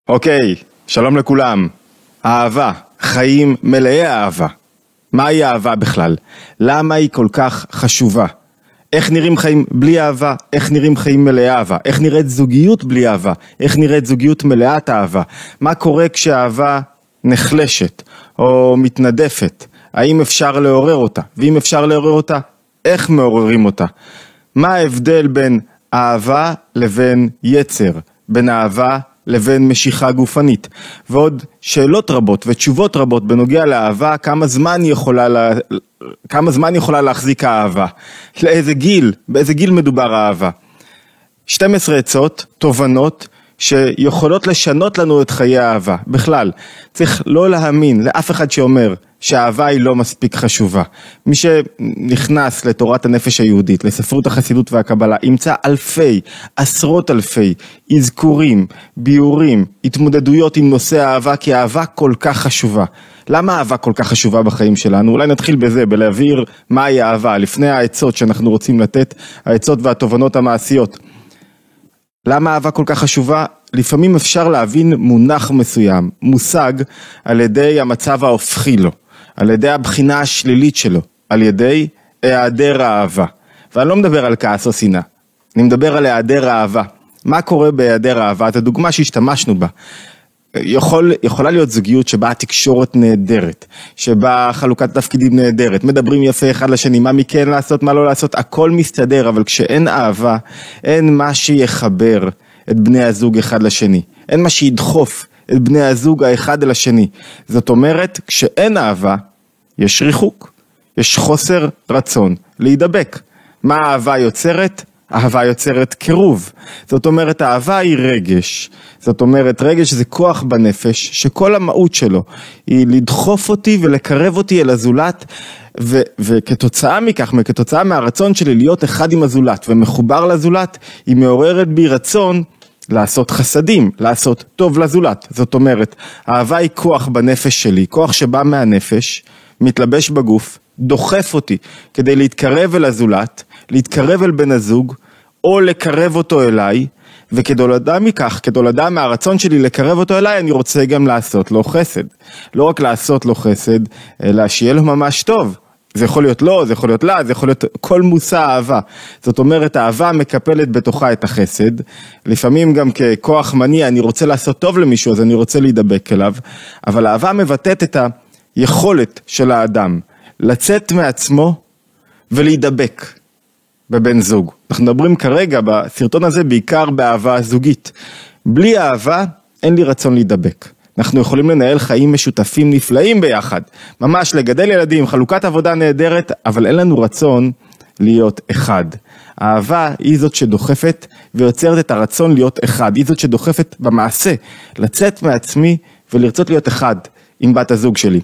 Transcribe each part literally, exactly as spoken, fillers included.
אוקיי, שלום לכולם. אהבה, חיים מלאי אהבה. מהי אהבה בכלל? למה היא כל כך חשובה? איך נראים חיים בלי אהבה? איך נראים חיים מלאי אהבה? איך נראית זוגיות בלי אהבה? איך נראית זוגיות מלאת אהבה? מה קורה כשאהבה נחלשת או מתנדפת? האם אפשר לעורר אותה? ואם אפשר לעורר אותה, איך מעוררים אותה? מה ההבדל בין אהבה לבין יצר? בין אהבה לבין משיכה גופנית? ועוד שאלות רבות ותשובות רבות בנוגע לאהבה. כמה זמן יכולה לה... כמה זמן יכולה להחזיק האהבה? לאיזה גיל? באיזה גיל מדובר האהבה? שתים עשרה עצות, תובנות שיכולות לשנות לנו את חיי האהבה. בכלל, צריך לא להאמין לאף אחד שאומר שהאהבה היא לא מספיק חשובה. מי שנכנס לתורת הנפש היהודית, לספרות החסידות והקבלה, ימצא אלפי, עשרות אלפי, אזכורים, ביורים, התמודדויות עם נושא האהבה, כי האהבה כל כך חשובה. למה האהבה כל כך חשובה בחיים שלנו? אולי נתחיל בזה, בלהבהיר מהי האהבה, לפני העצות שאנחנו רוצים לתת, העצות והתובנות המעשיות. למה אהבה כל כך חשובה? לפעמים אפשר להבין מונח מסוים, מושג על ידי המצב ההופכי לו, על ידי הבחינה השלילית שלו, על ידי היעדר האהבה. ואני לא מדבר על כעס או שנאה, אני מדבר על היעדר האהבה. מה קורה בהיעדר האהבה? את הדוגמה שהשתמשנו בה. יכול, יכולה להיות זוגיות שבה התקשורת נהדרת, שבה חלוקת תפקידים נהדרת, מדברים יפה אחד לשני, מה מכן לעשות, מה לא לעשות, הכל מסתדר, אבל כשאין אהבה, אין מה שיחבר את בני הזוג אחד לשני, אין מה שידחוף את בני הזוג האחד אל השני. זאת אומרת, כשאין אהבה, יש ריחוק, יש חוסר רצון להידבק. מה האהבה יוצרת? אהבה יוצרת קירוב. זאת אומרת, האהבה היא רגש. זאת אומרת, רגש זה כוח בנפש, שכל המהות שלו היא לדחוף אותי ולקרב אותי אל הזולת, ו- וכתוצאה מכך, כתוצאה מהרצון שלי להיות אחד עם הזולת ומחובר לזולת, היא מעוררת בי רצון לעשות חסדים, לעשות טוב לזולת. זאת אומרת, האהבה היא כוח בנפש שלי, כוח שבא מהנפש, מתלבש בגוף, דוחף אותי כדי להתקרב אל הזולת, להתקרב אל בן הזוג, או לקרב אותו אליי, וכדולדה מכך, כדולדה מהרצון שלי לקרב אותו אליי, אני רוצה גם לעשות לו חסד. לא רק לעשות לו חסד, אלא שיהיה לו ממש טוב. זה יכול להיות לא, זה יכול להיות לה, זה יכול להיות כל מושא אהבה. זאת אומרת, האהבה מקפלת בתוכה את החסד. לפעמים גם ככוח מניע, אני רוצה לעשות טוב למישהו, אז אני רוצה להידבק אליו. אבל האהבה מבטאת את היכולת של האדם לצאת מעצמו ולהידבק בבן זוג. אנחנו מדברים כרגע בסרטון הזה בעיקר באהבה זוגית. בלי אהבה אין לי רצון להידבק. אנחנו יכולים לנהל חיים משותפים נפלאים ביחד, ממש לגדל ילדים, חלוקת עבודה נהדרת, אבל אין לנו רצון להיות אחד. האהבה היא זאת שדוחפת ויוצרת את הרצון להיות אחד, היא זאת שדוחפת במעשה, לצאת מעצמי ולרצות להיות אחד עם בת הזוג שלי,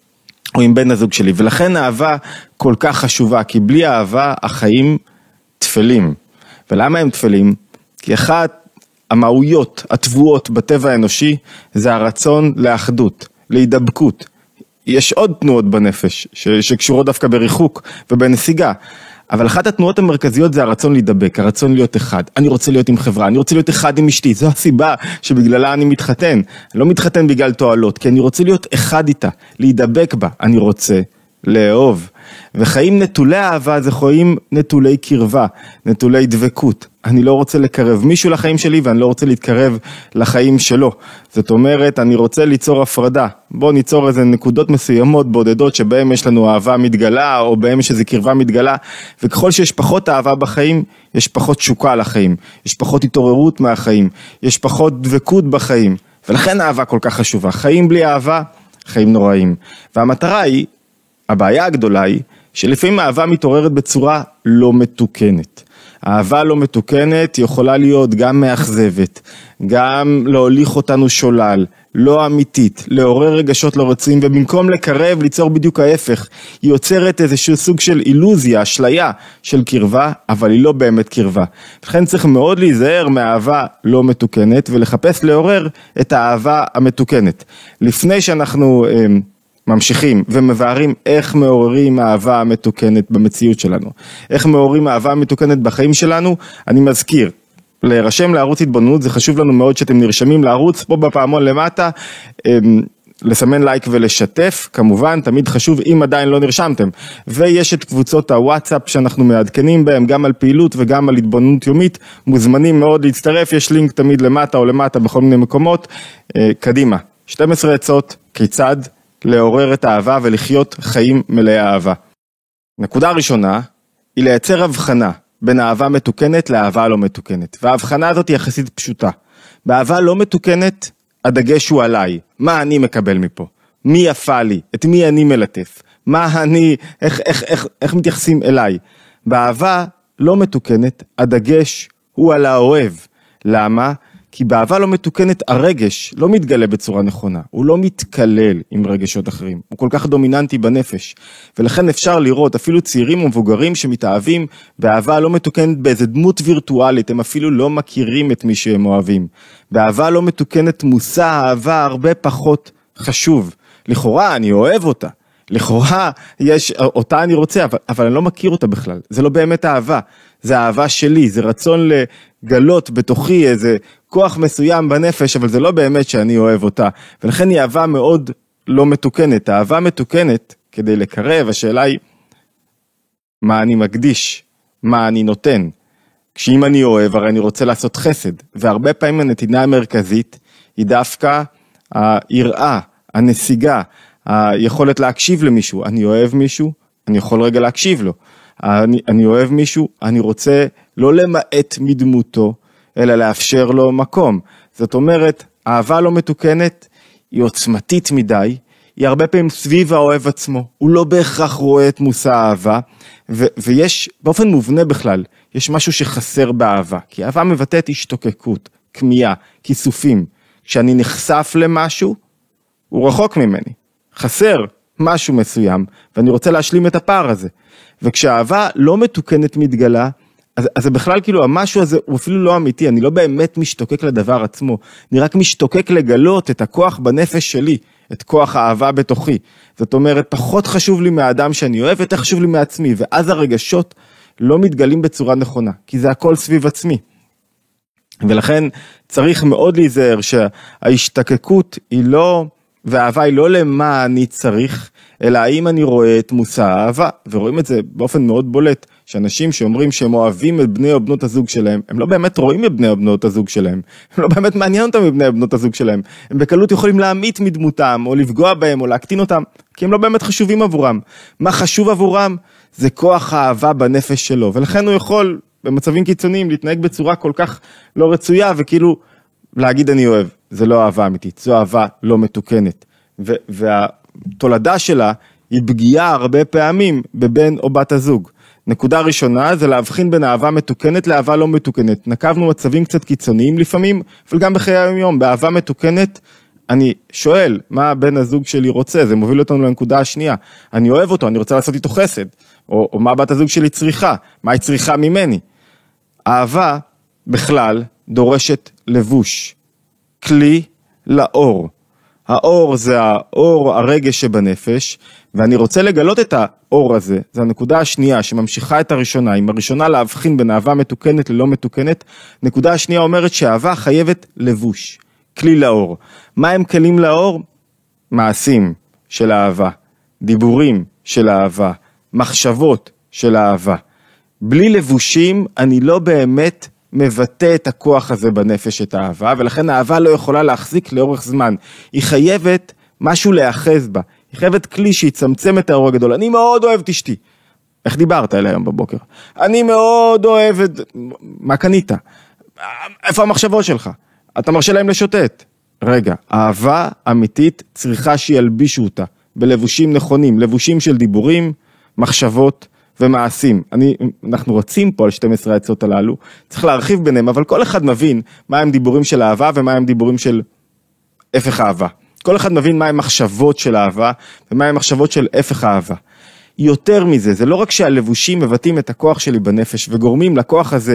או עם בן הזוג שלי. ולכן האהבה כל כך חשובה, כי בלי אהבה החיים תפלים. ולמה הם תפלים? כי אחת המהויות הטבועות בטבע האנושי זה הרצון לאחדות, להידבקות. יש עוד תנועות בנפש ש- שקשורות דווקא בריחוק ובנסיגה, אבל אחת התנועות המרכזיות זה הרצון להידבק, הרצון להיות אחד. אני רוצה להיות עם חברה, אני רוצה להיות אחד עם אשתי, זו הסיבה שבגללה אני מתחתן. אני לא מתחתן בגלל תועלות, כי אני רוצה להיות אחד איתה, להידבק בה, אני רוצה לאהוב. וחיים נטולי אהבה זה חיים נטולי קרבה, נטולי דבקות. אני לא רוצה לקרב מישהו לחיים שלי ואני לא רוצה להתקרב לחיים שלו. זאת אומרת, אני רוצה ליצור הפרדה. בוא ניצור איזה נקודות מסוימות, בודדות, שבהם יש לנו אהבה מתגלה או בהם יש איזו קרבה מתגלה. וככל שיש פחות אהבה בחיים, יש פחות תשוקה לחיים. יש פחות התעוררות מהחיים. יש פחות דבקות בחיים. ולכן האהבה כל כך חשובה. חיים בלי אהבה, חיים נוראים. והמטרה היא, הבעיה הגדולה היא, שלפעמים האהבה מתעוררת בצורה לא מתוקנת. האהבה לא מתוקנת יכולה להיות גם מאכזבת, גם להוליך אותנו שולל, לא אמיתית, לעורר רגשות לא רצויים, ובמקום לקרב, ליצור בדיוק ההפך. היא יוצרת איזשהו סוג של אילוזיה, אשליה של קרבה, אבל היא לא באמת קרבה. לכן צריך מאוד להיזהר מהאהבה לא מתוקנת, ולחפש לעורר את האהבה המתוקנת. לפני שאנחנו ממשיכים ומבארים איך מעוררים האהבה המתוקנת במציאות שלנו, איך מעוררים האהבה המתוקנת בחיים שלנו, אני מזכיר, להירשם לערוץ התבוננות, זה חשוב לנו מאוד שאתם נרשמים לערוץ, פה בפעמון למטה, לסמן לייק ולשתף, כמובן, תמיד חשוב אם עדיין לא נרשמתם. ויש את קבוצות הוואטסאפ שאנחנו מעדכנים בהם, גם על פעילות וגם על התבוננות יומית, מוזמנים מאוד להצטרף, יש לינק תמיד למטה או למטה בכל מיני מקומות. קדימה, שתים עשרה עצות, כיצד לעורר את האהבה ולחיות חיים מלאי אהבה. נקודה ראשונה, היא לייצר הבחנה בין אהבה מתוקנת לאהבה לא מתוקנת, וההבחנה הזאת היא יחסית פשוטה. באהבה לא מתוקנת, הדגש הוא עליי, מה אני מקבל מפה, מי יפה לי, את מי אני מלטף, מה אני, איך, איך, איך, איך מתייחסים אליי. באהבה לא מתוקנת, הדגש הוא על האוהב. למה? כי באהבה לא מתוקנת הרגש לא מתגלה בצורה נכונה, הוא לא מתקלל עם רגשות אחרים, הוא כל כך דומיננטי בנפש, ולכן אפשר לראות אפילו צעירים ומבוגרים שמתאהבים באהבה לא מתוקנת באיזה דמות וירטואלית, הם אפילו לא מכירים את מי שהם אוהבים. באהבה לא מתוקנת מושא האהבה הרבה פחות חשוב, לכאורה אני אוהב אותה, לכאורה יש, אותה אני רוצה, אבל, אבל אני לא מכיר אותה בכלל, זה לא באמת אהבה, זה אהבה שלי, זה רצון לגלות בתוכי איזה כוח מסוים בנפש, אבל זה לא באמת שאני אוהב אותה, ולכן היא אהבה מאוד לא מתוקנת. האהבה מתוקנת, כדי לקרב, השאלה היא, מה אני מקדיש, מה אני נותן, כשאם אני אוהב, הרי אני רוצה לעשות חסד, והרבה פעמים הנתינה המרכזית, היא דווקא היראה, הנסיגה, היכולת להקשיב למישהו. אני אוהב מישהו, אני יכול רגע להקשיב לו, אני, אני אוהב מישהו, אני רוצה לא למעט מדמותו, אלא לאפשר לו מקום. זאת אומרת, אהבה לא מתוקנת היא עוצמתית מדי, היא הרבה פעמים סביב האוהב עצמו, הוא לא בהכרח רואה את מושא האהבה, ו- ויש, באופן מובנה בכלל, יש משהו שחסר באהבה, כי אהבה מבטאת השתוקקות, כמיהה, כיסופים. כשאני נחשף למשהו, הוא רחוק ממני, חסר משהו מסוים, ואני רוצה להשלים את הפער הזה. וכשהאהבה לא מתוקנת מתגלה, אז, אז זה בכלל כאילו, המשהו הזה הוא אפילו לא אמיתי, אני לא באמת משתוקק לדבר עצמו, אני רק משתוקק לגלות את הכוח בנפש שלי, את כוח האהבה בתוכי. זאת אומרת, פחות חשוב לי מהאדם שאני אוהב, יותר חשוב לי מעצמי, ואז הרגשות לא מתגלים בצורה נכונה, כי זה הכל סביב עצמי. ולכן צריך מאוד להיזהר שההשתקקות היא לא, והאהבה היא לא למה אני צריך, אלא האם אני רואה את מושא האהבה, ורואים את זה באופן מאוד בולט, שאנשים שאומרים שהם אוהבים את בני או בנות הזוג שלהם, הם לא באמת רואים את בני או בנות הזוג שלהם, הם לא באמת מעניין אותם מבני או בנות הזוג שלהם, הם בקלות יכולים להמית מדמותם, או לפגוע בהם, או להקטין אותם, כי הם לא באמת חשובים עבורם. מה חשוב עבורם? זה כוח האהבה בנפש שלו, ולכן הוא יכול במצבים קיצוניים להתנהג בצורה כל כך לא רצויה, וכאילו להגיד אני אוהב, זה לא אהבה אמיתית, זו אהבה לא מתוקנת, ו- והתולדה שלה היא פגיעה הרבה פעמים בבן או בת הזוג. נקודה ראשונה זה להבחין בין אהבה מתוקנת לאהבה לא מתוקנת. נקבנו מצבים קצת קיצוניים לפעמים, אבל גם בחיי היום יום, באהבה מתוקנת, אני שואל מה בן הזוג שלי רוצה, זה מוביל אותנו לנקודה השנייה, אני אוהב אותו, אני רוצה לעשות איתו חסד, או, או מה בת הזוג שלי צריכה, מה היא צריכה ממני. אהבה בכלל דורשת לבוש, כלי לאור. האור זה האור, הרגש שבנפש, ואני רוצה לגלות את האור הזה, זו הנקודה השנייה שממשיכה את הראשונה, אם הראשונה להבחין בין אהבה מתוקנת ללא מתוקנת, נקודה השנייה אומרת שאהבה חייבת לבוש, כלי לאור. מה הם כלים לאור? מעשים של אהבה, דיבורים של אהבה, מחשבות של אהבה. בלי לבושים אני לא באמת מבטא את הכוח הזה בנפש, את האהבה, ולכן האהבה לא יכולה להחזיק לאורך זמן. היא חייבת משהו להאחז בה. היא חייבת כלי שיצמצם את האור הגדול. אני מאוד אוהב את אשתי. איך דיברת אליה היום בבוקר? אני מאוד אוהב את... מה קנית? איפה המחשבות שלך? אתה מרשה להם לשוטט. רגע, אהבה אמיתית צריכה שילבישו אותה בלבושים נכונים, לבושים של דיבורים, מחשבות ומעשים. אני, אנחנו רוצים פה על שתים עשרה העצות הללו, צריך להרחיב ביניהם, אבל כל אחד מבין מה הם דיבורים של אהבה ומה הם דיבורים של הפך אהבה. כל אחד מבין מה הם מחשבות של אהבה ומה הם מחשבות של הפך אהבה. יותר מזה, זה לא רק שהלבושים מבטאים את הכוח שלי בנפש וגורמים לכוח הזה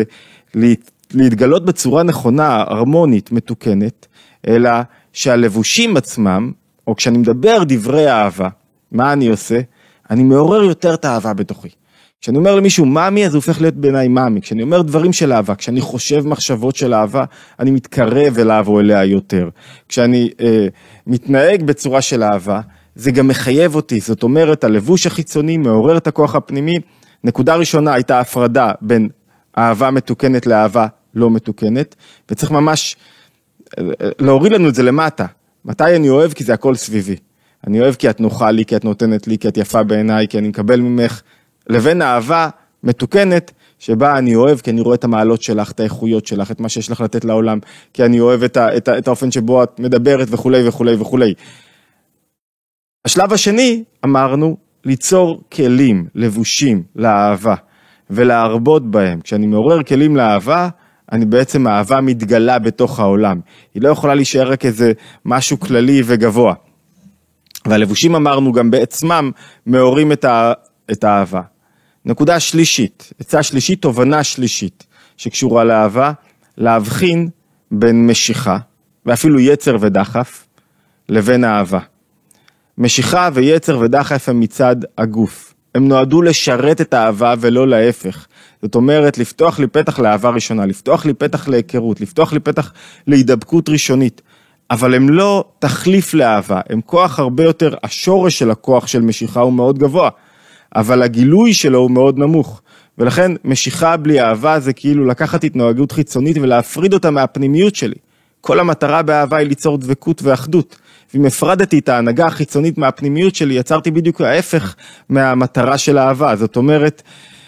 להתגלות בצורה נכונה, הרמונית, מתוקנת, אלא שהלבושים עצמם, או כשאני מדבר דברי אהבה, מה אני עושה? אני מעורר יותר את האהבה בתוכי. כשאני אומר למישהו מאמי, אז הוא הופך להיות בעיניי מאמי. כשאני אומר דברים של אהבה, כשאני חושב מחשבות של אהבה, אני מתקרב אליו או אליה יותר. כשאני אה, מתנהג בצורה של אהבה, זה גם מחייב אותי. זאת אומרת, הלבוש החיצוני מעורר את הכוח הפנימי. נקודה ראשונה הייתה הפרדה בין אהבה מתוקנת לאהבה לא מתוקנת, וצריך ממש להוריד לנו את זה למטה. מתי אני אוהב? כי זה הכל סביבי. אני אוהב כי את נוחה לי, כי את נותנת לי, כי את יפה בעיניי, כי אני מקבל ממך, לבין אהבה מתוקנת, שבה אני אוהב, כי אני רואה את המעלות שלך, את האיכויות שלך, את מה שיש לך לתת לעולם, כי אני אוהב את, ה, את, ה, את האופן שבו את מדברת וכולי וכולי וכולי. השלב השני, אמרנו, ליצור כלים, לבושים לאהבה, ולהרבות בהם. כשאני מעורר כלים לאהבה, אני בעצם האהבה מתגלה בתוך העולם. היא לא יכולה להישאר רק איזה משהו כללי וגבוה. והלבושים אמרנו גם בעצמם מעוררים את, ה, את האהבה. נקודה שלישית, עצה שלישית, תובנה שלישית, שקשורה לאהבה, להבחין בין משיכה, ואפילו יצר ודחף, לבין האהבה. משיכה ויצר ודחף הם מצד הגוף. הם נועדו לשרת את האהבה ולא להפך. זאת אומרת, לפתוח לי פתח לאהבה ראשונה, לפתוח לי פתח להיכרות, לפתוח לי פתח להידבקות ראשונית. אבל הם לא תחליף לאהבה, הם כוח הרבה יותר, השורש של הכוח של משיכה הוא מאוד גבוה, אבל הגילוי שלו הוא מאוד נמוך. ולכן משיכה בלי אהבה זה כאילו לקחת התנהגות חיצונית ולהפריד אותה מהפנימיות שלי. כל המטרה באהבה היא ליצור דבקות ואחדות. ואם הפרדתי את ההנהגה החיצונית מהפנימיות שלי, יצרתי בדיוק ההפך מהמטרה של האהבה. זאת אומרת,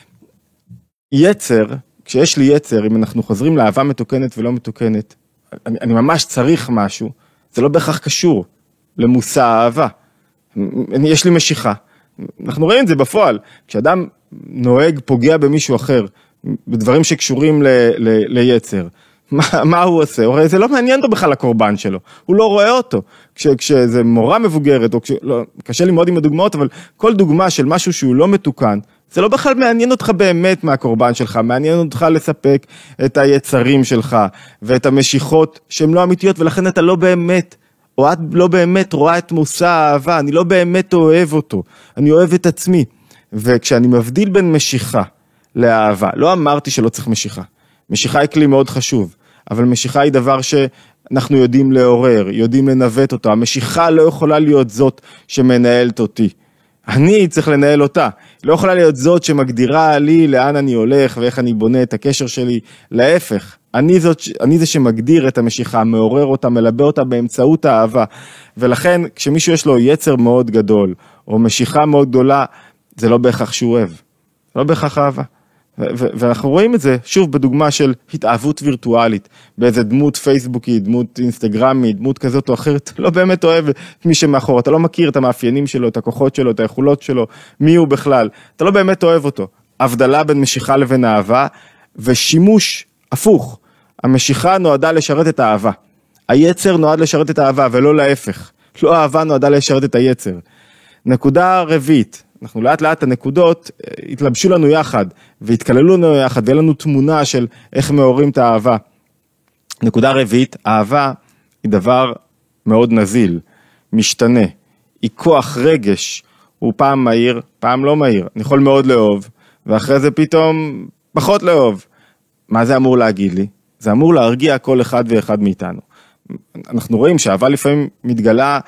יצר, כשיש לי יצר, אם אנחנו חוזרים לאהבה מתוקנת ולא מתוקנת, אני, אני ממש צריך משהו, זה לא בהכרח קשור למושא האהבה. יש לי משיכה. אנחנו רואים את זה בפועל. כשאדם נוהג, פוגע במישהו אחר, בדברים שקשורים ל, ל, ליצר, מה, מה הוא עושה? הרי זה לא מעניין אותו בכלל הקורבן שלו, הוא לא רואה אותו. כש, כשזה מורה מבוגרת, או כש, לא, קשה לי מאוד עם הדוגמאות, אבל כל דוגמה של משהו שהוא לא מתוקן, זה לא בכלל מעניין אותך באמת מהקורבן שלך, מעניין אותך לספק את היצרים שלך, ואת המשיכות שהן לא אמיתיות, ולכן אתה לא באמת, או את לא באמת רואה את מושא האהבה, אני לא באמת אוהב אותו, אני אוהב את עצמי. וכשאני מבדיל בין משיכה לאהבה, לא אמרתי שלא צריך משיכה, משיכה היא כלי מאוד חשוב, אבל משיכה היא דבר שאנחנו יודעים לעורר, יודעים לנווט אותו, המשיכה לא יכולה להיות זאת שמנהלת אותי. אני צריך לנהל אותה, לא יכולה להיות זאת שמגדירה לי לאן אני הולך ואיך אני בונה את הקשר שלי, להפך, אני, זאת, אני זה שמגדיר את המשיכה, מעורר אותה, מלבה אותה באמצעות האהבה, ולכן כשמישהו יש לו יצר מאוד גדול, או משיכה מאוד גדולה, זה לא בהכרח שהוא אוהב, לא בהכרח אהבה. ואנחנו רואים את זה, שוב, בדוגמה של התאהבות וירטואלית, באיזה דמות פייסבוקית, דמות אינסטגרמית, דמות כזאת או אחרת, לא באמת אוהב את מי שמאחור, אתה לא מכיר את המאפיינים שלו, את הכוחות שלו, את היכולות שלו, מי הוא בכלל, אתה לא באמת אוהב אותו. הבדלה בין משיכה לבין אהבה, ושימוש הפוך, המשיכה נועדה לשרת את האהבה, היצר נועד לשרת את האהבה, ולא להפך, לא האהבה נועדה לשרת את היצר. נקודה רביעית, אנחנו לאט לאט הנקודות התלבשו לנו יחד, והתקללו לנו יחד, ויהיה לנו תמונה של איך מעוררים את האהבה. נקודה רביעית, אהבה היא דבר מאוד נזיל, משתנה, היא כוח רגש, הוא פעם מהיר, פעם לא מהיר, אני יכול מאוד לאהוב, ואחרי זה פתאום פחות לאהוב. מה זה אמור להגיד לי? זה אמור להרגיע כל אחד ואחד מאיתנו. אנחנו רואים שאהבה לפעמים מתגלה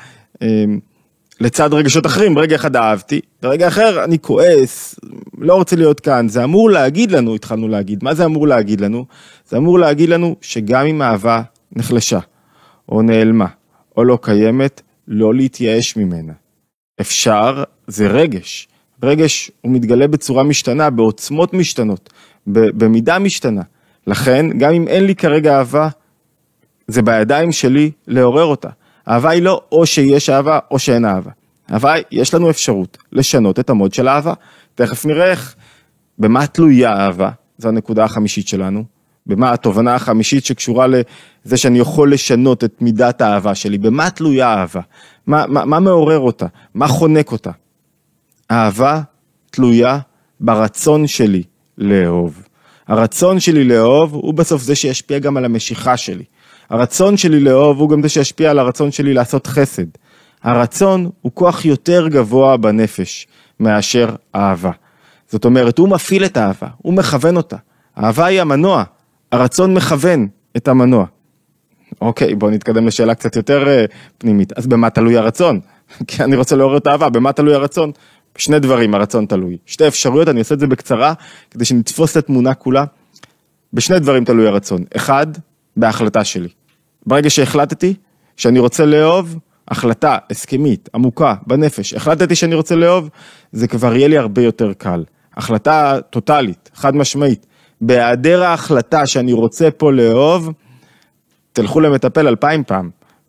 לצד רגשות אחרים, ברגע אחד אהבתי, ברגע אחר אני כועס, לא רוצה להיות כאן, זה אמור להגיד לנו, התחלנו להגיד, מה זה אמור להגיד לנו? זה אמור להגיד לנו שגם אם אהבה נחלשה, או נעלמה, או לא קיימת, לא להתייאש ממנה. אפשר, זה רגש, רגש הוא מתגלה בצורה משתנה, בעוצמות משתנות, במידה משתנה, לכן גם אם אין לי כרגע אהבה, זה בידיים שלי לעורר אותה. אהבה היא לא או שיש אהבה או שאין אהבה. אהבה, יש לנו אפשרות לשנות את המוד של האהבה. תכף נראה איך, במה תלויה אהבה, זו הנקודה החמישית שלנו, במה התובנה החמישית שקשורה לזה שאני יכול לשנות את מידת האהבה שלי, במה תלויה אהבה, מה, מה, מה מעורר אותה, מה חונק אותה. אהבה תלויה ברצון שלי לאהוב. הרצון שלי לאהוב הוא בסוף זה שישפיע גם על המשיכה שלי. הרצון שלי לאהוב הוא גם זה שישפיע על הרצון שלי לעשות חסד. הרצון הוא כוח יותר גבוה בנפש מאשר אהבה. זאת אומרת, הוא מפעיל את האהבה, הוא מכוון אותה. האהבה היא המנוע, הרצון מכוון את המנוע. אוקיי, בואו נתקדם לשאלה קצת יותר uh, פנימית. אז במה תלוי הרצון? כי אני רוצה לעורר את האהבה, במה תלוי הרצון? שני דברים הרצון תלוי. שתי אפשרויות, אני עושה את זה בקצרה, כדי שנתפוס את התמונה כולה. בשני דברים תלוי הרצון. אחד, בהחלטה שלי. ברגע שהחלטתי שאני רוצה לאהוב, החלטה הסכמית, עמוקה, בנפש, החלטתי שאני רוצה לאהוב, זה כבר יהיה לי הרבה יותר קל. החלטה טוטלית, חד משמעית. בהיעדר ההחלטה שאני רוצה פה לאהוב, תלכו למטפל אלפיים פעם,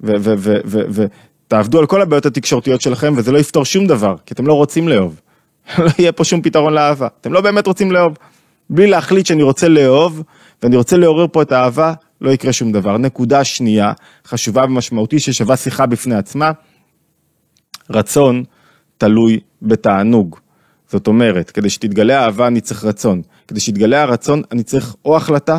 ותעבדו על כל הבעיות התקשורתיות שלכם, וזה לא יפתור שום דבר, כי אתם לא רוצים לאהוב. לא יהיה פה שום פתרון לאהבה. אתם לא באמת רוצים לאהוב. בלי להחליט שאני רוצה לאהוב, ואני רוצה לעורר פה את האהבה, לא יקרה שום דבר. נקודה שנייה, חשובה ומשמעותית, ששווה שיחה בפני עצמה, רצון תלוי בתענוג. זאת אומרת, כדי שתתגלה האהבה אני צריך רצון. כדי שתתגלה הרצון אני צריך או החלטה,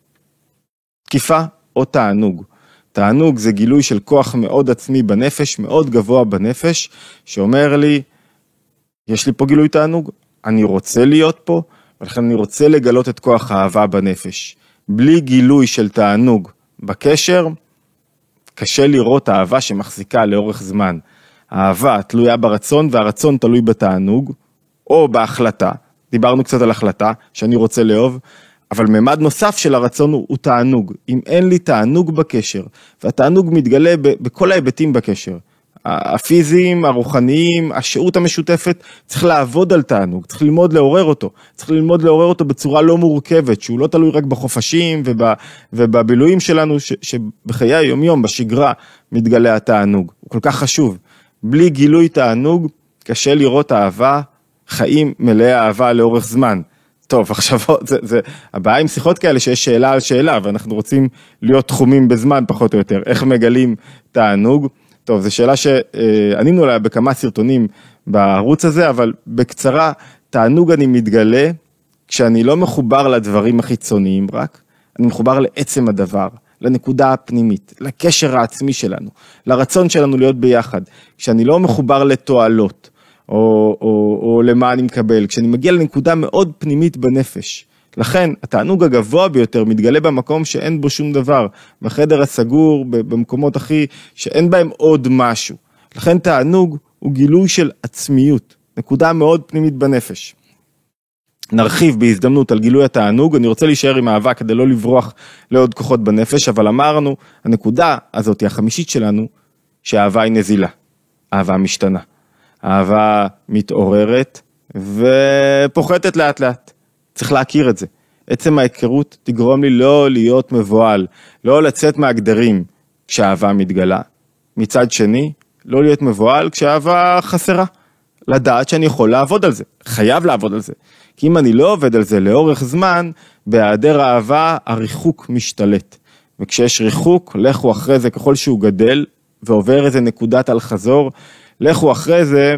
תקיפה או תענוג. תענוג זה גילוי של כוח מאוד עצמי בנפש, מאוד גבוה בנפש, שאומר לי, יש לי פה גילוי תענוג, אני רוצה להיות פה, ולכן אני רוצה לגלות את כוח האהבה בנפש. בלי גילוי של תענוג בקשר, קשה לראות האהבה שמחזיקה לאורך זמן. האהבה תלויה ברצון, והרצון תלוי בתענוג, או בהחלטה. דיברנו קצת על החלטה, שאני רוצה לאהוב, אבל ממד נוסף של הרצון הוא, הוא תענוג. אם אין לי תענוג בקשר, והתענוג מתגלה ב, בכל ההיבטים בקשר, הפיזיים, הרוחניים, השהות המשותפת, צריך לעבוד על תענוג, צריך ללמוד לעורר אותו, צריך ללמוד לעורר אותו בצורה לא מורכבת, שהוא לא תלוי רק בחופשים ובבילויים שלנו, ש, שבחיי היום-יום, בשגרה, מתגלה התענוג. הוא כל כך חשוב. בלי גילוי תענוג, קשה לראות אהבה, חיים מלאי אהבה לאורך זמן. טוב, עכשיו, זה, זה, הבעיה עם שיחות כאלה שיש שאלה על שאלה, ואנחנו רוצים להיות תחומים בזמן פחות או יותר. איך מגלים תענוג? טוב, זו שאלה שענינו עליה בכמה סרטונים בערוץ הזה, אבל בקצרה, תענוג אני מתגלה, כשאני לא מחובר לדברים החיצוניים רק, אני מחובר לעצם הדבר, לנקודה הפנימית, לקשר העצמי שלנו, לרצון שלנו להיות ביחד, כשאני לא מחובר לתועלות, או, או, או למה אני מקבל, כשאני מגיע לנקודה מאוד פנימית בנפש. לכן, התענוג הגבוה ביותר מתגלה במקום שאין בו שום דבר, בחדר הסגור, במקומות הכי, שאין בהם עוד משהו. לכן תענוג הוא גילוי של עצמיות, נקודה מאוד פנימית בנפש. נרחיב בהזדמנות על גילוי התענוג, אני רוצה להישאר עם אהבה כדי לא לברוח לעוד כוחות בנפש, אבל אמרנו, הנקודה הזאת, החמישית שלנו, שהאהבה היא נזילה, אהבה משתנה. אהבה מתעוררת ופוחתת לאט לאט. צריך להכיר את זה. עצם ההיכרות תגרום לי לא להיות מבועל, לא לצאת מהגדרים כשהאהבה מתגלה. מצד שני, לא להיות מבועל כשהאהבה חסרה. לדעת שאני יכול לעבוד על זה, חייב לעבוד על זה. כי אם אני לא עובד על זה לאורך זמן, בהיעדר האהבה הריחוק משתלט. וכשיש ריחוק, לכו אחרי זה ככל שהוא גדל, ועובר איזה נקודת על חזור, לכו אחרי זה,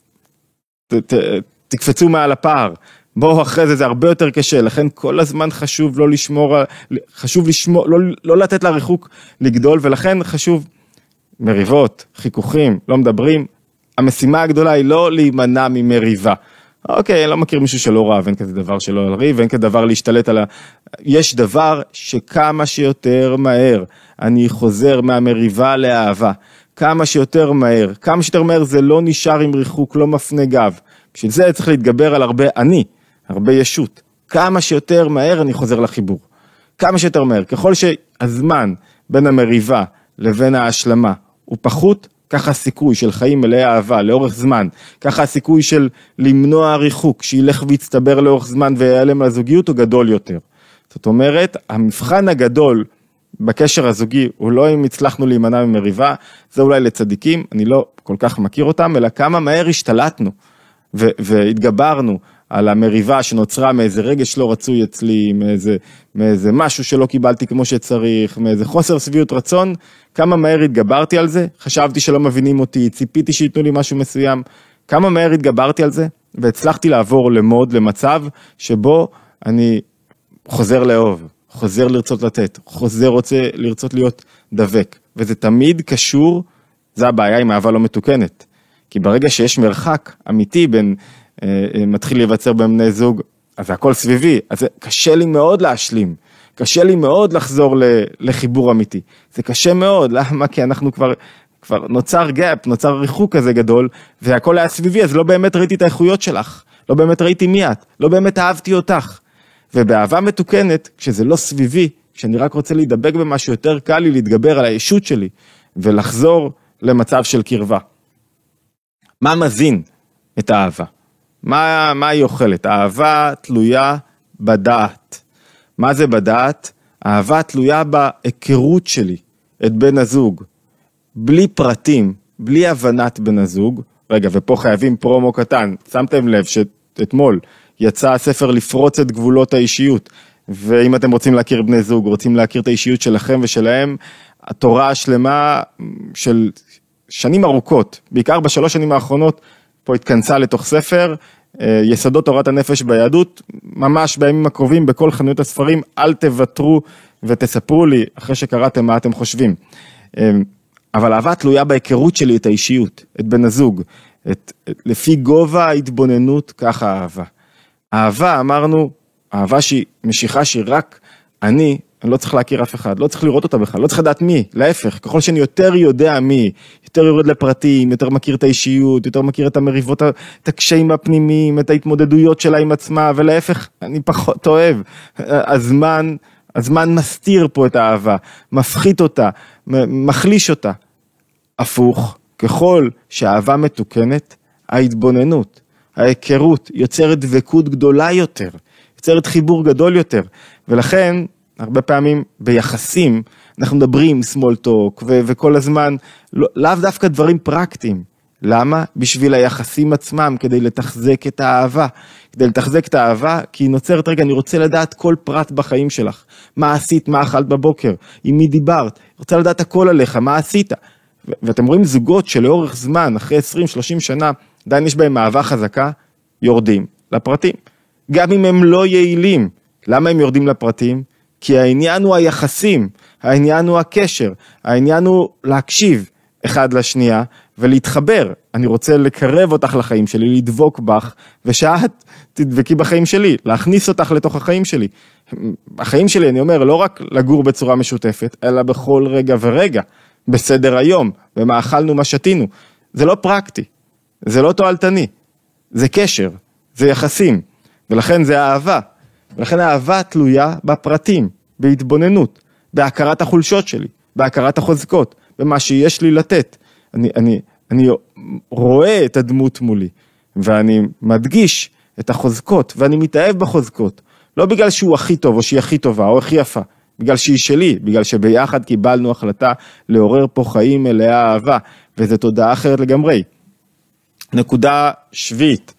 ת, ת, תקפצו מעל הפער. בואו אחרי זה, זה הרבה יותר קשה, לכן כל הזמן חשוב לא לשמור, חשוב לשמור, לא, לא לתת לריחוק לגדול, ולכן חשוב מריבות, חיכוכים, לא מדברים, המשימה הגדולה היא לא להימנע ממריבה. אוקיי, אני לא מכיר מישהו שלא רב, אין כזה דבר שלא לריב, אין כזה דבר להשתלט על ה... יש דבר שכמה שיותר מהר, אני חוזר מהמריבה לאהבה, כמה שיותר מהר, כמה שיותר מהר זה לא נשאר עם ריחוק, לא מפנה גב. בשביל זה צריך להתגבר על הרבה אני, הרבה ישות. כמה שיותר מהר אני חוזר לחיבור. כמה שיותר מהר. ככל שהזמן בין המריבה לבין ההשלמה הוא פחות, ככה הסיכוי של חיים מלאי אהבה לאורך זמן, ככה הסיכוי של למנוע ריחוק, שילך ויצטבר לאורך זמן ויעלם לזוגיות הוא גדול יותר. זאת אומרת, המבחן הגדול בקשר הזוגי הוא לא אם הצלחנו להימנע ממריבה, זה אולי לצדיקים, אני לא כל כך מכיר אותם, אלא כמה מהר השתלטנו ו- והתגברנו על המריבה שנוצרה מאיזה רגש לא רצוי אצלי, מאיזה, מאיזה משהו שלא קיבלתי כמו שצריך, מאיזה חוסר סביות רצון, כמה מהר התגברתי על זה, חשבתי שלא מבינים אותי, ציפיתי שיתנו לי משהו מסוים, כמה מהר התגברתי על זה, והצלחתי לעבור למוד, למצב שבו אני חוזר לאהוב, חוזר לרצות לתת, חוזר רוצה לרצות להיות דבק, וזה תמיד קשור, זה הבעיה עם אהבה לא מתוקנת, כי ברגע שיש מרחק אמיתי בין מתחיל להיווצר בין בני זוג, אז זה הכל סביבי, אז קשה לי מאוד להשלים, קשה לי מאוד לחזור לחיבור אמיתי, זה קשה מאוד, למה? כי אנחנו כבר, כבר נוצר גאפ, נוצר ריחוק כזה גדול, והכל היה סביבי, אז לא באמת ראיתי את האיכויות שלך, לא באמת ראיתי מי את, לא באמת אהבתי אותך, ובאהבה מתוקנת, כשזה לא סביבי, כשאני רק רוצה להידבק במשהו, יותר קל לי להתגבר על הישות שלי, ולחזור למצב של קרבה. מה מזין את האהבה? מה, מה היא אוכלת? האהבה תלויה בדעת. מה זה בדעת? האהבה תלויה בהיכרות שלי, את בן הזוג. בלי פרטים, בלי הבנת בן הזוג, רגע, ופה חייבים פרומו קטן, שמתם לב שאתמול יצא הספר לפרוץ את גבולות האישיות, ואם אתם רוצים להכיר בני זוג, רוצים להכיר את האישיות שלכם ושלהם, התורה השלמה של שנים ארוכות, בעיקר בשלוש שנים האחרונות, פה התכנסה לתוך ספר, יסודות תורת הנפש ביהדות, ממש בימים הקרובים בכל חנויות הספרים, אל תוותרו ותספרו לי אחרי שקראתם מה אתם חושבים. אבל אהבה תלויה בהיכרות שלי את האישיות, את בן הזוג, את, לפי גובה ההתבוננות, ככה אהבה. אהבה, אמרנו, אהבה שהיא משיכה שהיא רק אני, אני לא צריך להכיר אף אחד, לא צריך לראות אותה בכלל, לא צריך לדעת מי, להפך, ככל שאני יותר יודע מי, יותר יורד לפרטים, יותר מכיר את האישיות, יותר מכיר את המריבות, את הקשיים הפנימיים, את ההתמודדויות שלה עם עצמה, ולהפך, אני פחות אוהב. הזמן, הזמן מסתיר פה את האהבה, מפחית אותה, מחליש אותה. הפוך, ככל שהאהבה מתוקנת, ההתבוננות, ההיכרות, יוצרת דבקות גדולה יותר, יוצרת חיבור גדול יותר, ולכן, הרבה פעמים ביחסים, אנחנו מדברים small talk, ו- וכל הזמן, לא, לאו דווקא דברים פרקטיים. למה? בשביל היחסים עצמם, כדי לתחזק את האהבה. כדי לתחזק את האהבה, כי היא נוצרת, רגע, אני רוצה לדעת כל פרט בחיים שלך. מה עשית, מה אכלת בבוקר, עם מי דיברת, רוצה לדעת הכל עליך, מה עשית. ו- ואתם רואים זוגות שלאורך זמן, אחרי עשרים שלושים שנה, עדיין יש בהם אהבה חזקה, יורדים לפרטים. גם אם הם לא יעילים. למה הם יורדים לפרטים? כי העניין הוא היחסים, העניין הוא הקשר, העניין הוא להקשיב אחד לשנייה ולהתחבר. אני רוצה לקרב אותך לחיים שלי, לדבוק בך, ושאת תדבקי בחיים שלי, להכניס אותך לתוך החיים שלי. החיים שלי, אני אומר, לא רק לגור בצורה משותפת, אלא בכל רגע ורגע, בסדר היום, ומה אכלנו, מה שתינו. זה לא פרקטי, זה לא תועלתני, זה קשר, זה יחסים, ולכן זה אהבה. ולכן האהבה תלויה בפרטים, בהתבוננות, בהכרת החולשות שלי, בהכרת החוזקות, במה שיש לי לתת. אני, אני, אני רואה את הדמות מולי, ואני מדגיש את החוזקות, ואני מתאהב בחוזקות, לא בגלל שהוא הכי טוב, או שהיא הכי טובה, או הכי יפה, בגלל שהיא שלי, בגלל שביחד קיבלנו החלטה לעורר פה חיים מלאי אהבה, וזו תודעה אחרת לגמרי. נקודה שביעית,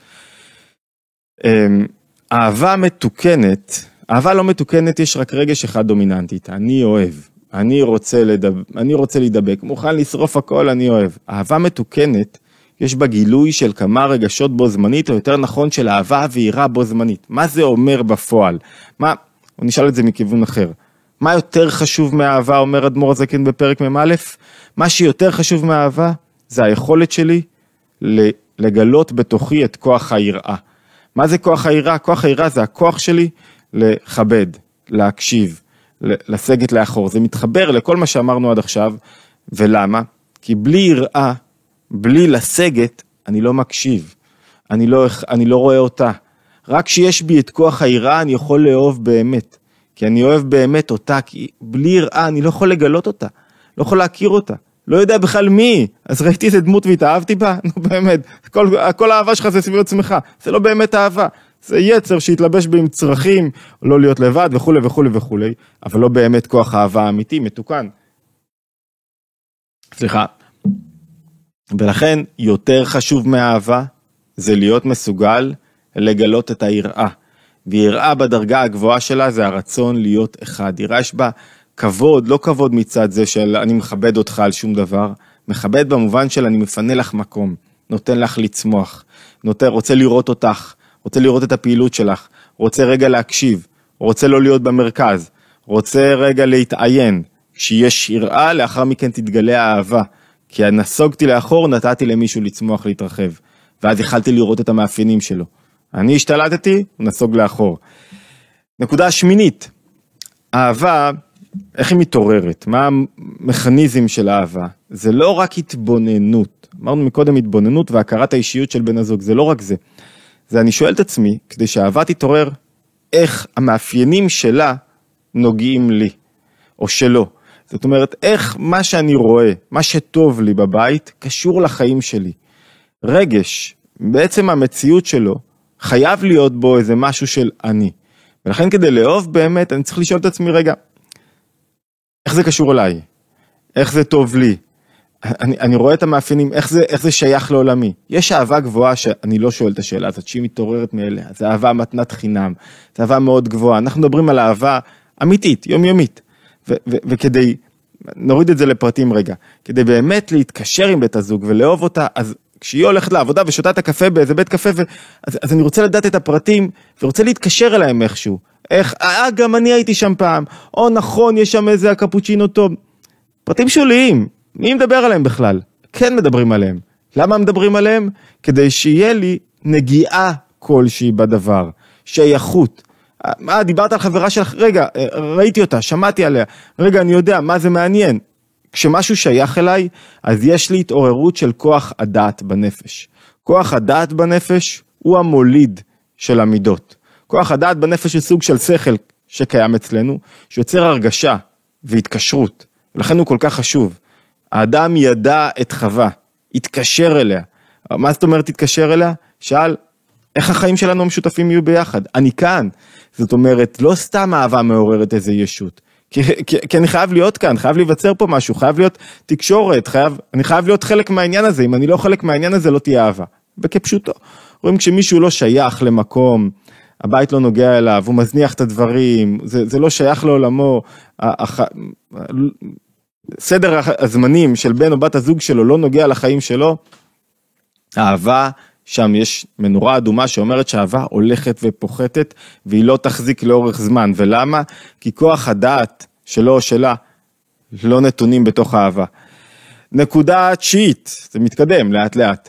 אהבה מתוקנת, אהבה לא מתוקנת יש רק רגש אחד דומיננטית, אני אוהב, אני רוצה, לדב, אני רוצה להידבק, מוכן לשרוף הכל, אני אוהב. אהבה מתוקנת, יש בה גילוי של כמה רגשות בו זמנית, או יותר נכון של אהבה ויראה בו זמנית. מה זה אומר בפועל? מה, נשאל את זה מכיוון אחר. מה יותר חשוב מהאהבה, אומר אדמו"ר הזקן בפרק מ"א? מה שיותר חשוב מהאהבה, זה היכולת שלי לגלות בתוכי את כוח היראה. מה זה כוח היראה? כוח היראה זה הכוח שלי לכבד, להקשיב, לסגת לאחור. זה מתחבר לכל מה שאמרנו עד עכשיו, ולמה? כי בלי יראה, בלי לסגת, אני לא מקשיב, אני לא, אני לא רואה אותה. רק שיש בי את כוח היראה, אני יכול לאהוב באמת, כי אני אוהב באמת אותה, כי בלי יראה אני לא יכול לגלות אותה, לא יכול להכיר אותה. לא יודע בכלל מי, אז ראיתי איזה דמות והתאהבתי בה, נו באמת, כל, כל האהבה שלך זה סביב עצמך, זה לא באמת אהבה, זה יצר שהתלבש בי עם צרכים, לא להיות לבד וכו' וכו' וכו', אבל לא באמת כוח האהבה האמיתי, מתוקן. סליחה. ולכן יותר חשוב מהאהבה, זה להיות מסוגל לגלות את היראה, ויראה בדרגה הגבוהה שלה זה הרצון להיות אחד, יראה יש בה כבוד, לא כבוד מצד זה של אני מכבד אותך על שום דבר, מכבד במובן של אני מפנה לך מקום, נותן לך לצמוח, נותן, רוצה לראות אותך, רוצה לראות את הפעילות שלך, רוצה רגע להקשיב, רוצה לא להיות במרכז, רוצה רגע להתעיין, כשיש יראה לאחר מכן תתגלה האהבה, כי הנסוגתי לאחור נתתי למישהו לצמוח להתרחב, ואז יכלתי לראות את המאפיינים שלו. אני השתלטתי, הוא נסוג לאחור. נקודה שמינית, אהבה, איך היא מתעוררת? מה המכניזם של אהבה? זה לא רק התבוננות, אמרנו מקודם התבוננות והכרת האישיות של בן הזוג, זה לא רק זה. זה אני שואל את עצמי, כדי שהאהבה תתעורר, איך המאפיינים שלה נוגעים לי, או שלו. זאת אומרת, איך מה שאני רואה, מה שטוב לי בבית, קשור לחיים שלי. רגש, בעצם המציאות שלו, חייב להיות בו איזה משהו של אני. ולכן כדי לאהוב באמת, אני צריך לשאול את עצמי, רגע, איך זה קשור אליי? איך זה טוב לי? אני, אני רואה את המאפיינים, איך זה, איך זה שייך לעולמי? יש אהבה גבוהה שאני לא שואל את השאלה הזאת, שהיא מתעוררת מאליה. זה אהבה מתנת חינם, זה אהבה מאוד גבוהה. אנחנו מדברים על אהבה אמיתית, יומיומית. ו, ו, וכדי, נוריד את זה לפרטים רגע, כדי באמת להתקשר עם בית הזוג ולאהוב אותה, אז כשהיא הולכת לעבודה ושותה את הקפה באיזה בית קפה, ו... אז, אז אני רוצה לדעת את הפרטים, ורוצה להתקשר אליהם איכשהו. איך, אה, גם אני הייתי שם פעם, או נכון, יש שם איזה הקפוצ'ינו טוב. פרטים שוליים, מי מדבר עליהם בכלל? כן מדברים עליהם. למה מדברים עליהם? כדי שיהיה לי נגיעה כלשהי בדבר, שייכות. מה, דיברת על חברה שלך, רגע, ראיתי אותה, שמעתי עליה, רגע, אני יודע, מה זה מעניין? כשמשהו שייך אליי, אז יש לי התעוררות של כוח הדעת בנפש. כוח הדעת בנפש הוא המוליד של המידות. כוח הדעת בנפש הוא סוג של שכל שקיים אצלנו, שיוצר הרגשה והתקשרות. ולכן הוא כל כך חשוב. האדם ידע את חווה, התקשר אליה. מה זאת אומרת התקשר אליה? שאל, איך החיים שלנו המשותפים יהיו ביחד? אני כאן. זאת אומרת, לא סתם אהבה מעוררת איזה ישות. כי, כי, כי אני חייב להיות כאן, חייב להיווצר פה משהו, חייב להיות תקשורת, חייב, אני חייב להיות חלק מהעניין הזה. אם אני לא חלק מהעניין הזה, לא תהיה אהבה. וכפשוטו. רואים כשמישהו לא שייך למקום, הבית לא נוגע אליו, הוא מזניח את הדברים, זה, זה לא שייך לעולמו, הח... סדר הזמנים של בן או בת הזוג שלו לא נוגע לחיים שלו, האהבה, שם יש מנורה אדומה שאומרת שהאהבה הולכת ופוחתת, והיא לא תחזיק לאורך זמן. ולמה? כי כוח הדעת שלו או שלה לא נתונים בתוך האהבה. נקודה תשיעית, זה מתקדם לאט לאט.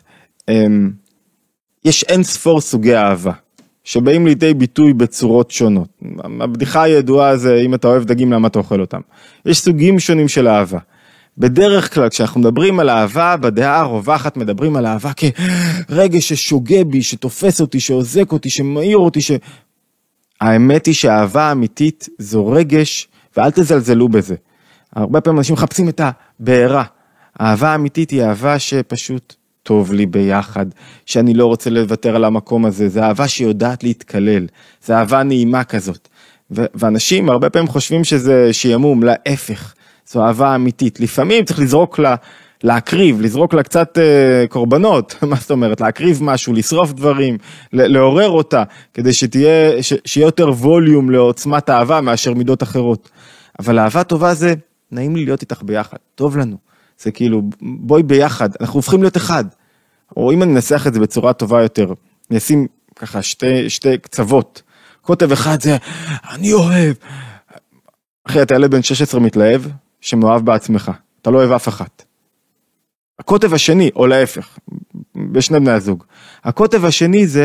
יש אין ספור סוגי אהבה, שבאים לידי ביטוי בצורות שונות. הבדיחה הידועה זה, אם אתה אוהב דגים, למה אתה אוכל אותם? יש סוגים שונים של אהבה. בדרך כלל, כשאנחנו מדברים על אהבה, בדעה הרווחת מדברים על אהבה כרגש ששוגע בי, שתופס אותי, שעוזק אותי, שמאיר אותי, ש... האמת היא שהאהבה האמיתית זו רגש, ואל תזלזלו בזה. הרבה פעמים אנשים מחפשים את הבעירה. האהבה האמיתית היא אהבה שפשוט טוב לי ביחד, שאני לא רוצה לוותר על המקום הזה. זה אהבה שיודעת להתקלל, זה אהבה נעימה כזאת. ו... ואנשים הרבה פעמים חושבים שזה שימום, להפך. זו אהבה אמיתית. לפעמים צריך לזרוק לה, להקריב, לזרוק לה קצת אה, קורבנות, מה זאת אומרת? להקריב משהו, לשרוף דברים, לעורר אותה, כדי שתהיה, ש, שיהיה יותר ווליום לעוצמת האהבה מאשר מידות אחרות. אבל אהבה טובה זה, נעים לי להיות איתך ביחד, טוב לנו. זה כאילו, בואי ביחד, אנחנו הופכים להיות אחד. או אם אני אנסח את זה בצורה טובה יותר, אני אשים ככה שתי, שתי קצוות. כותב אחד זה, אני אוהב. אחי, אתה ילד בן שש עשרה מתלהב, שמאוהב בעצמך. אתה לא אוהב אף אחת. הכותב השני, או להפך, בשני בני הזוג. הכותב השני זה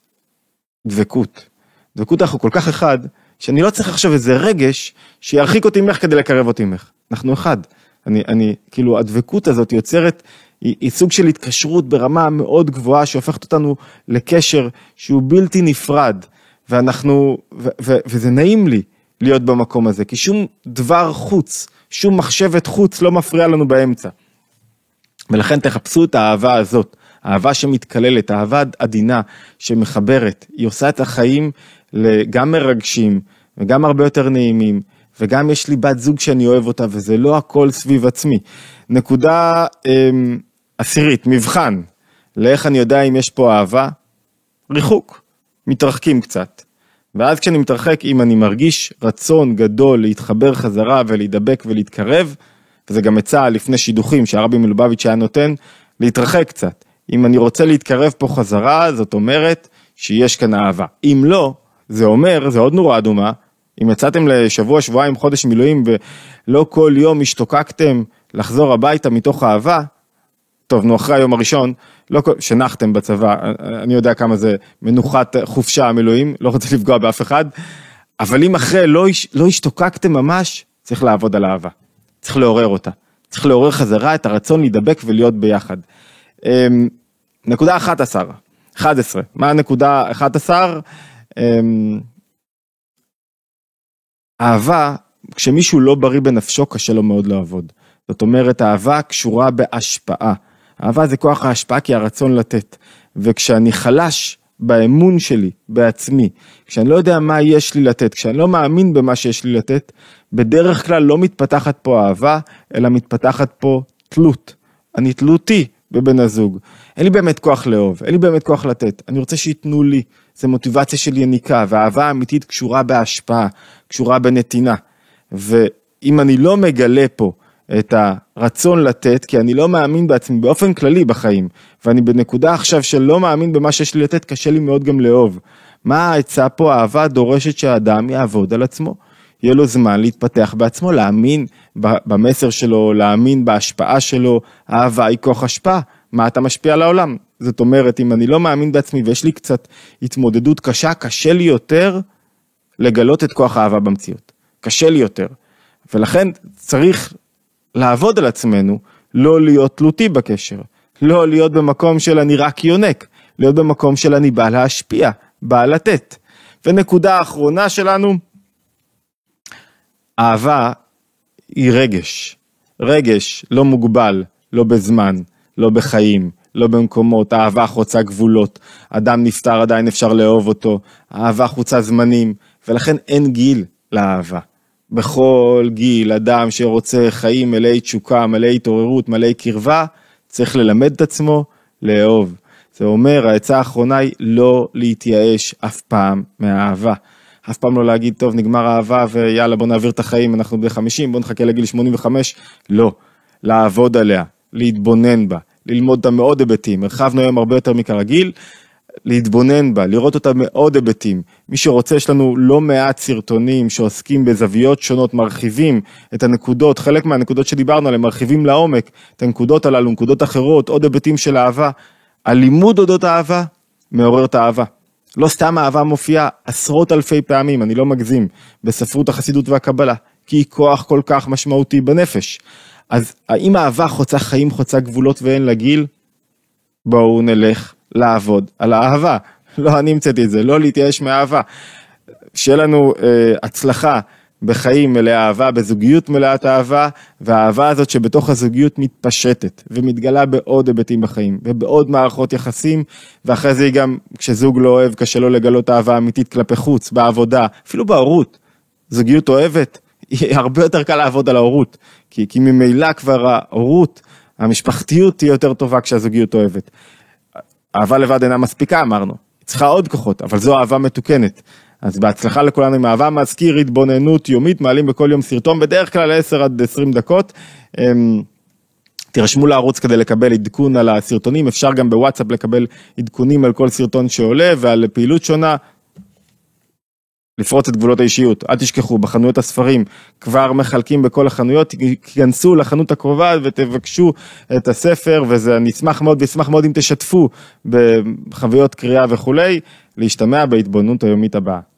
דבקות. דבקות אנחנו כל כך אחד, שאני לא צריך עכשיו איזה רגש, שירחיק אותי ממך כדי לקרב אותי ממך. אנחנו אחד. אני, אני, כאילו, הדבקות הזאת יוצרת, היא, היא סוג של התקשרות ברמה מאוד גבוהה, שהופכת אותנו לקשר שהוא בלתי נפרד. ואנחנו, ו, ו, וזה נעים לי להיות במקום הזה, כי שום דבר חוץ, שום מחשבת חוץ לא מפריע לנו באמצע. ולכן תחפשו את האהבה הזאת, האהבה שמתקללת, האהבה עדינה שמחברת, היא עושה את החיים גם מרגשים, וגם הרבה יותר נעימים, וגם יש לי בת זוג שאני אוהב אותה, וזה לא הכל סביב עצמי. נקודה אמ, עשירית, מבחן, לאיך אני יודע אם יש פה אהבה? ריחוק, מתרחקים קצת. ואז כשאני מתרחק, אם אני מרגיש רצון גדול להתחבר חזרה ולהידבק ולהתקרב, וזה גם מצא לפני שידוכים שהרבי מלובביץ' היה נותן, להתרחק קצת. אם אני רוצה להתקרב פה חזרה, זאת אומרת שיש כאן אהבה. אם לא, זה אומר, זה עוד נורא אדומה, אם יצאתם לשבוע, שבועיים, חודש מילואים, ולא כל יום השתוקקתם לחזור הביתה מתוך אהבה, טוב, נו, אחרי היום הראשון, לא שנחתם בצבא, אני יודע כמה זה מנוחת חופשה המילואים, לא רוצה לפגוע באף אחד, אבל אם אחרי לא, לא השתוקקתם ממש, צריך לעבוד על אהבה, צריך לעורר אותה, צריך לעורר חזרה את הרצון להידבק ולהיות ביחד. נקודה אחת עשר, אחת עשרה, מה הנקודה אחת עשר? אהבה, כשמישהו לא בריא בנפשו, קשה לו מאוד לעבוד. זאת אומרת, אהבה קשורה בהשפעה. אהבה זה כוח ההשפעה כי הרצון לתת. וכשאני חלש באמון שלי, בעצמי, כשאני לא יודע מה יש לי לתת, כשאני לא מאמין במה שיש לי לתת, בדרך כלל לא מתפתחת פה אהבה, אלא מתפתחת פה תלות. אני תלותי בבן הזוג. אין לי באמת כוח לאהוב, אין לי באמת כוח לתת. אני רוצה שיתנו לי. זה מוטיבציה של יניקה, והאהבה האמיתית קשורה בהשפעה, קשורה בנתינה. ואם אני לא מגלה פה את הרצון לתת, כי אני לא מאמין בעצמי באופן כללי בחיים, ואני בנקודה עכשיו שלא מאמין במה שיש לי לתת, קשה לי מאוד גם לאהוב. מה העצה פה? האהבה דורשת שהאדם יעבוד על עצמו. יהיה לו זמן להתפתח בעצמו, להאמין במסר שלו, להאמין בהשפעה שלו. האהבה היא כוח השפעה. מה אתה משפיע על העולם? זאת אומרת, אם אני לא מאמין בעצמי ויש לי קצת התמודדות קשה, קשה לי יותר לגלות את כוח האהבה במציאות. קשה לי יותר. ולכן צריך לעבוד על עצמנו, לא להיות תלותי בקשר. לא להיות במקום של אני רק יונק. להיות במקום של אני בא להשפיע, בא לתת. ונקודה האחרונה שלנו, אהבה היא רגש. רגש לא מוגבל, לא בזמן, לא בחיים, לא במקומות. אהבה חוצה גבולות. אדם נפטר, עדיין אפשר לאהוב אותו. אהבה חוצה זמנים, ולכן אין גיל לאהבה. בכל גיל, אדם שרוצה חיים מלאי תשוקה, מלאי התעוררות, מלאי קרבה, צריך ללמד את עצמו לאהוב. זה אומר, העצה האחרונה היא לא להתייאש אף פעם מהאהבה. אף פעם לא להגיד, טוב, נגמר האהבה ויאללה, בוא נעביר את החיים, אנחנו ב-חמישים, בוא נחכה לגיל שמונים וחמש. לא, לעבוד עליה, להתבונן בה, ללמוד אותה מאוד היבטים. הרחבנו היום הרבה יותר מכרגיל, להתבונן בה, לראות אותה מאוד היבטים. מי שרוצה, יש לנו לא מעט סרטונים שעוסקים בזוויות שונות, מרחיבים את הנקודות, חלק מהנקודות שדיברנו עליהן, מרחיבים לעומק את הנקודות הללו, נקודות אחרות, עוד היבטים של אהבה. הלימוד אודות האהבה מעורר את האהבה. לא סתם האהבה מופיעה עשרות אלפי פעמים, אני לא מגזים, בספרות החסידות והקבלה, כי היא כוח כל כך משמעותי בנפש. אז האם האהבה חוצה חיים, חוצה גבולות ואין לה גיל? בואו נלך לעבוד על האהבה. לא אני המצאתי את זה, לא להתייאש מאהבה. שיהיה לנו אה, הצלחה בחיים מלאה אהבה, בזוגיות מלאת אהבה, והאהבה הזאת שבתוך הזוגיות מתפשטת, ומתגלה בעוד היבטים בחיים, ובעוד מערכות יחסים, ואחרי זה גם כשזוג לא אוהב, קשה לו לגלות אהבה אמיתית כלפי חוץ, בעבודה, אפילו בהורות. זוגיות אוהבת, היא הרבה יותר קל לעבוד על ההורות, כי, כי ממילא כבר ההורות, המשפחתיות תהיה יותר טובה כשהזוגיות אוהבת. אהבה לבד אינה מספיקה, אמרנו. היא צריכה עוד כוחות, אבל זו אהבה מתוקנת. אז בהצלחה לכולנו עם אהבה, מזכיר התבוננות יומית, מעלים בכל יום סרטון, בדרך כלל עשר עד עשרים דקות. תירשמו לערוץ כדי לקבל עדכון על הסרטונים, אפשר גם בוואטסאפ לקבל עדכונים על כל סרטון שעולה, ועל פעילות שונה. לפרוץ את גבולות האישיות, אל תשכחו, בחנויות הספרים כבר מחלקים בכל החנויות, כנסו לחנות הקרובה ותבקשו את הספר, וזה אני אשמח מאוד, ואשמח מאוד אם תשתפו בחוויות קריאה וכולי, להשתמע בהתבוננות היומית הבאה.